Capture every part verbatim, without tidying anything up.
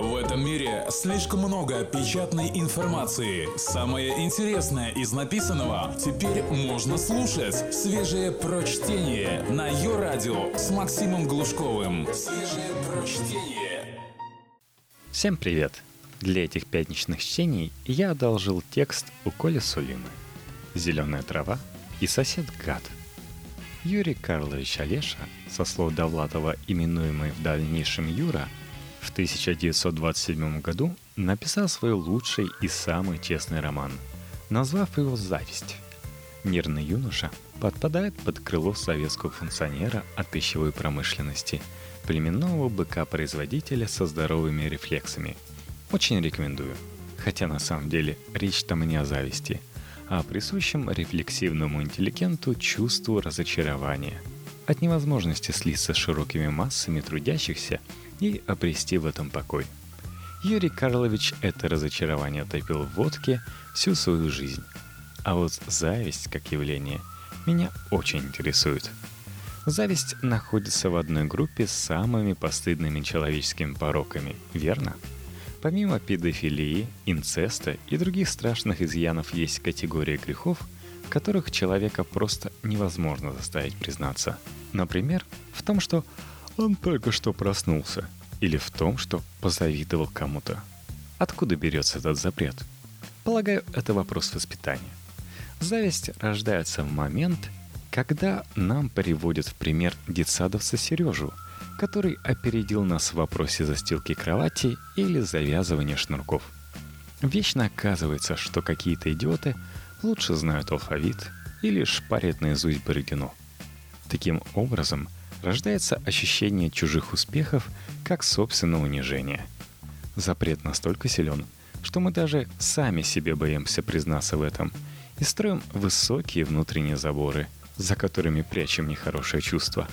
В этом мире слишком много печатной информации. Самое интересное из написанного теперь можно слушать. Свежее прочтение на Ё-радио с Максимом Глушковым. Свежее прочтение. Всем привет! Для этих пятничных чтений я одолжил текст у Коли Сулимы «Зеленая трава и сосед гад». Юрий Карлович Олеша, со слов Довлатова именуемый в дальнейшем Юра, в тысяча девятьсот двадцать седьмом году написал свой лучший и самый честный роман, назвав его «Зависть». Мирный юноша подпадает под крыло советского функционера от пищевой промышленности, племенного быка-производителя со здоровыми рефлексами. Очень рекомендую. Хотя на самом деле речь там не о зависти, а о присущем рефлексивному интеллигенту чувству разочарования от невозможности слиться с широкими массами трудящихся и обрести в этом покой. Юрий Карлович это разочарование топил в водке всю свою жизнь. А вот зависть как явление меня очень интересует. Зависть находится в одной группе с самыми постыдными человеческими пороками, верно? Помимо педофилии, инцеста и других страшных изъянов есть категория грехов, в которых человека просто невозможно заставить признаться. Например, в том, что он только что проснулся, или в том, что позавидовал кому-то. Откуда берется этот запрет? Полагаю, это вопрос воспитания. Зависть рождается в момент, когда нам приводят в пример детсадовца Сережу, который опередил нас в вопросе застилки кровати или завязывания шнурков. Вечно оказывается, что какие-то идиоты лучше знают алфавит или шпарят наизусть Бородино. Таким образом, рождается ощущение чужих успехов как собственного унижения. Запрет настолько силен, что мы даже сами себе боимся признаться в этом и строим высокие внутренние заборы, за которыми прячем нехорошее чувство.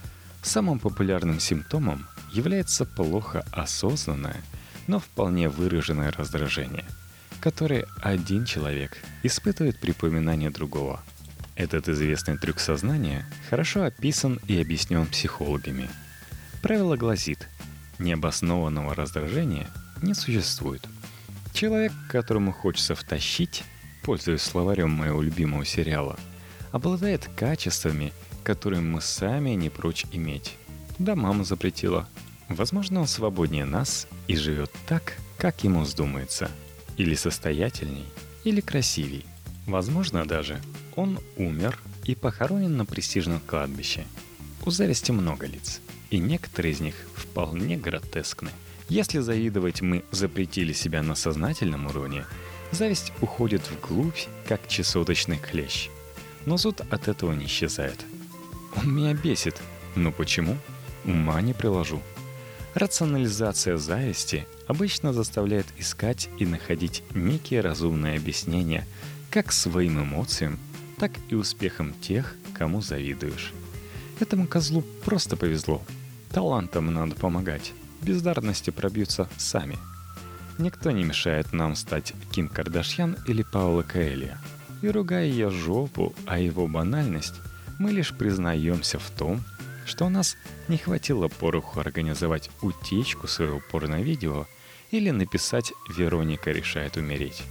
Самым популярным симптомом является плохо осознанное, но вполне выраженное раздражение, которое один человек испытывает при упоминании другого. Этот известный трюк сознания хорошо описан и объяснен психологами. Правило гласит: необоснованного раздражения не существует. Человек, которому хочется втащить, пользуясь словарем моего любимого сериала, обладает качествами, которые мы сами не прочь иметь. Да мама запретила. Возможно, он свободнее нас и живет так, как ему вздумается. Или состоятельней, или красивей. Возможно, даже он умер и похоронен на престижном кладбище. У зависти много лиц, и некоторые из них вполне гротескны. Если завидовать мы запретили себя на сознательном уровне, зависть уходит вглубь, как чесоточный клещ. Но зуд от этого не исчезает. Он меня бесит. Но почему? Ума не приложу. Рационализация зависти обычно заставляет искать и находить некие разумные объяснения как своим эмоциям, так и успехам тех, кому завидуешь. Этому козлу просто повезло. Талантам надо помогать. Бездарности пробьются сами. Никто не мешает нам стать Ким Кардашьян или Пауло Коэльо. И ругая ее жопу, а его банальность, мы лишь признаемся в том, что у нас не хватило пороху организовать утечку своего порно-видео или написать «Вероника решает умереть».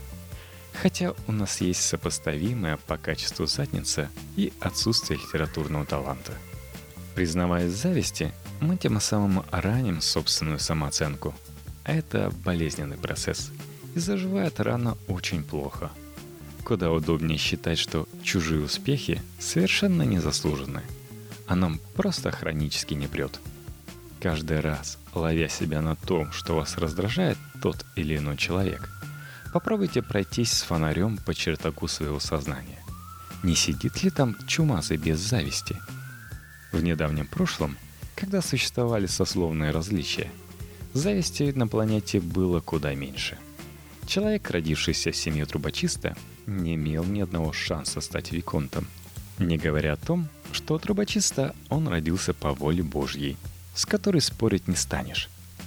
Хотя у нас есть сопоставимая по качеству задница и отсутствие литературного таланта. Признаваясь в зависти, мы тем самым раним собственную самооценку. А это болезненный процесс, и заживает рана очень плохо. Куда удобнее считать, что чужие успехи совершенно незаслуженны, а нам просто хронически не прет. Каждый раз, ловя себя на том, что вас раздражает тот или иной человек, попробуйте пройтись с фонарем по чертогу своего сознания. Не сидит ли там чумазый без зависти? В недавнем прошлом, когда существовали сословные различия, зависти на планете было куда меньше. Человек, родившийся в семье трубочиста, не имел ни одного шанса стать виконтом. Не говоря о том, что от трубочиста он родился по воле Божьей, с которой спорить не станешь.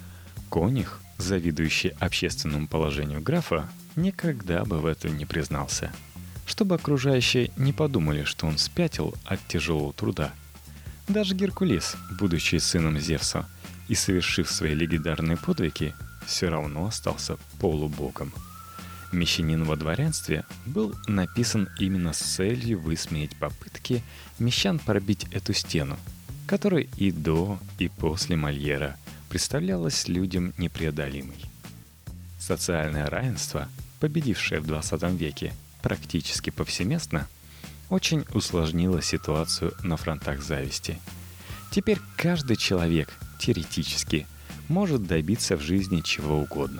Конюх, завидующий общественному положению графа, никогда бы в этом не признался, чтобы окружающие не подумали, что он спятил от тяжелого труда. Даже Геркулес, будучи сыном Зевса и совершив свои легендарные подвиги, все равно остался полубогом. «Мещанин во дворянстве» был написан именно с целью высмеять попытки мещан пробить эту стену, которая и до, и после Мольера представлялась людям непреодолимой. Социальное равенство, победившее в двадцатом веке практически повсеместно, очень усложнило ситуацию на фронтах зависти. Теперь каждый человек, теоретически, может добиться в жизни чего угодно.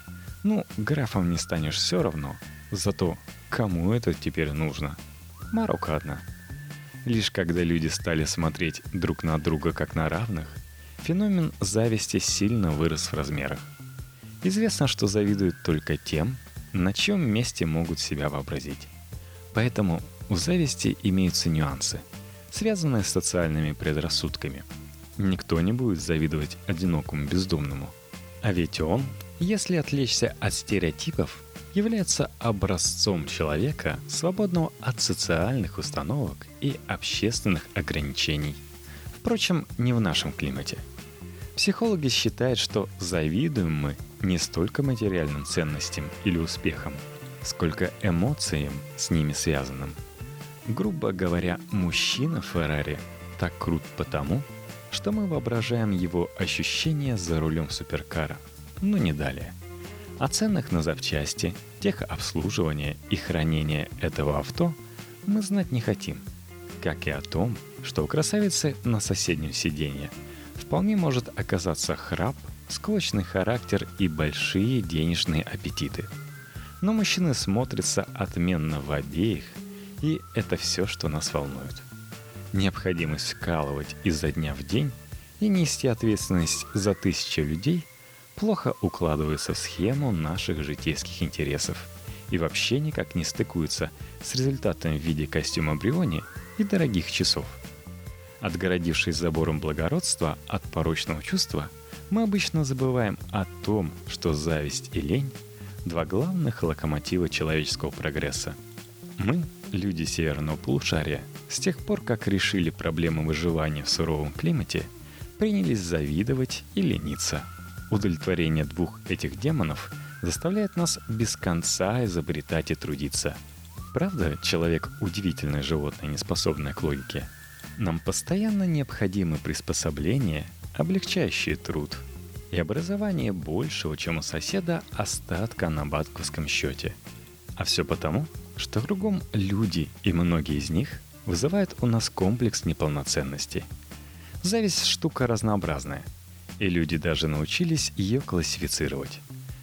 Ну, графом не станешь все равно, зато кому это теперь нужно? Морока одна. Лишь когда люди стали смотреть друг на друга как на равных, феномен зависти сильно вырос в размерах. Известно, что завидуют только тем, на чьем месте могут себя вообразить. Поэтому у зависти имеются нюансы, связанные с социальными предрассудками. Никто не будет завидовать одинокому бездомному. А ведь он, если отвлечься от стереотипов, является образцом человека, свободного от социальных установок и общественных ограничений. Впрочем, не в нашем климате. Психологи считают, что завидуем мы не столько материальным ценностям или успехам, сколько эмоциям, с ними связанным. Грубо говоря, мужчина в Феррари так крут потому, что мы воображаем его ощущения за рулем суперкара, но не далее. О ценах на запчасти, техобслуживание и хранение этого авто мы знать не хотим, как и о том, что у красавицы на соседнем сиденье вполне может оказаться храп, склочный характер и большие денежные аппетиты. Но мужчины смотрятся отменно в обеих, и это все, что нас волнует. Необходимость вкалывать изо дня в день и нести ответственность за тысячи людей плохо укладывается в схему наших житейских интересов и вообще никак не стыкуется с результатом в виде костюма Бриони и дорогих часов. Отгородившись забором благородства от порочного чувства, мы обычно забываем о том, что зависть и лень – два главных локомотива человеческого прогресса. Мы, люди северного полушария, с тех пор, как решили проблемы выживания в суровом климате, принялись завидовать и лениться. Удовлетворение двух этих демонов заставляет нас без конца изобретать и трудиться. Правда, человек – удивительное животное, не способное к логике. Нам постоянно необходимы приспособления, облегчающие труд, и образование большего, чем у соседа, остатка на банковском счете. А все потому, что кругом люди, и многие из них вызывают у нас комплекс неполноценности. Зависть – штука разнообразная, и люди даже научились ее классифицировать.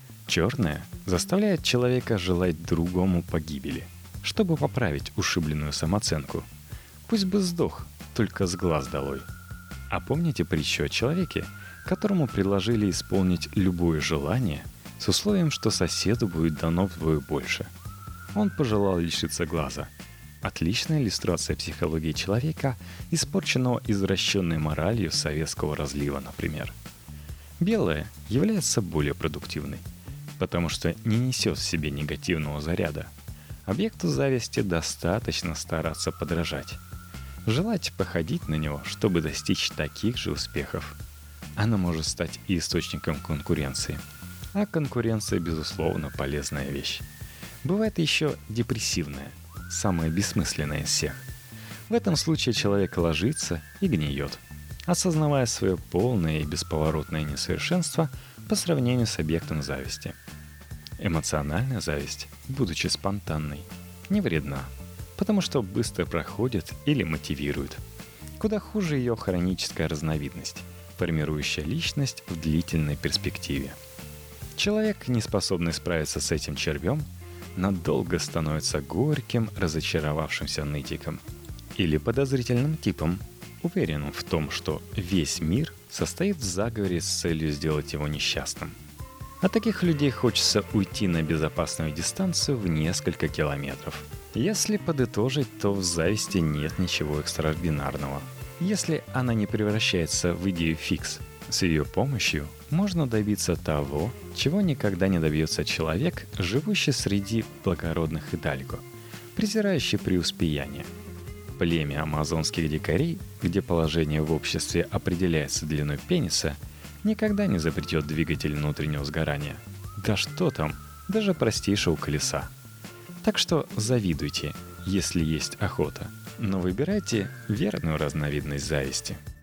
Черная заставляет человека желать другому погибели, чтобы поправить ушибленную самооценку. Пусть бы сдох, только с глаз долой. А помните притчу о человеке, которому предложили исполнить любое желание с условием, что соседу будет дано вдвое больше? Он пожелал лишиться глаза. Отличная иллюстрация психологии человека, испорченного извращенной моралью советского разлива, например. Белая является более продуктивной, потому что не несет в себе негативного заряда. Объекту зависти достаточно стараться подражать. Желать походить на него, чтобы достичь таких же успехов. Она может стать и источником конкуренции. А конкуренция, безусловно, полезная вещь. Бывает еще депрессивная, самая бессмысленная из всех. В этом случае человек ложится и гниет, осознавая свое полное и бесповоротное несовершенство по сравнению с объектом зависти. Эмоциональная зависть, будучи спонтанной, не вредна, потому что быстро проходит или мотивирует. Куда хуже ее хроническая разновидность, формирующая личность в длительной перспективе. Человек, не способный справиться с этим червем, надолго становится горьким, разочаровавшимся нытиком или подозрительным типом, уверенным в том, что весь мир состоит в заговоре с целью сделать его несчастным. От таких людей хочется уйти на безопасную дистанцию в несколько километров. Если подытожить, то в зависти нет ничего экстраординарного. Если она не превращается в идею фикс, с ее помощью можно добиться того, чего никогда не добьется человек, живущий среди благородных идальго, презирающий преуспеяние. Племя амазонских дикарей, где положение в обществе определяется длиной пениса, никогда не запретет двигатель внутреннего сгорания. Да что там, даже простейшего колеса. Так что завидуйте, если есть охота, но выбирайте верную разновидность зависти.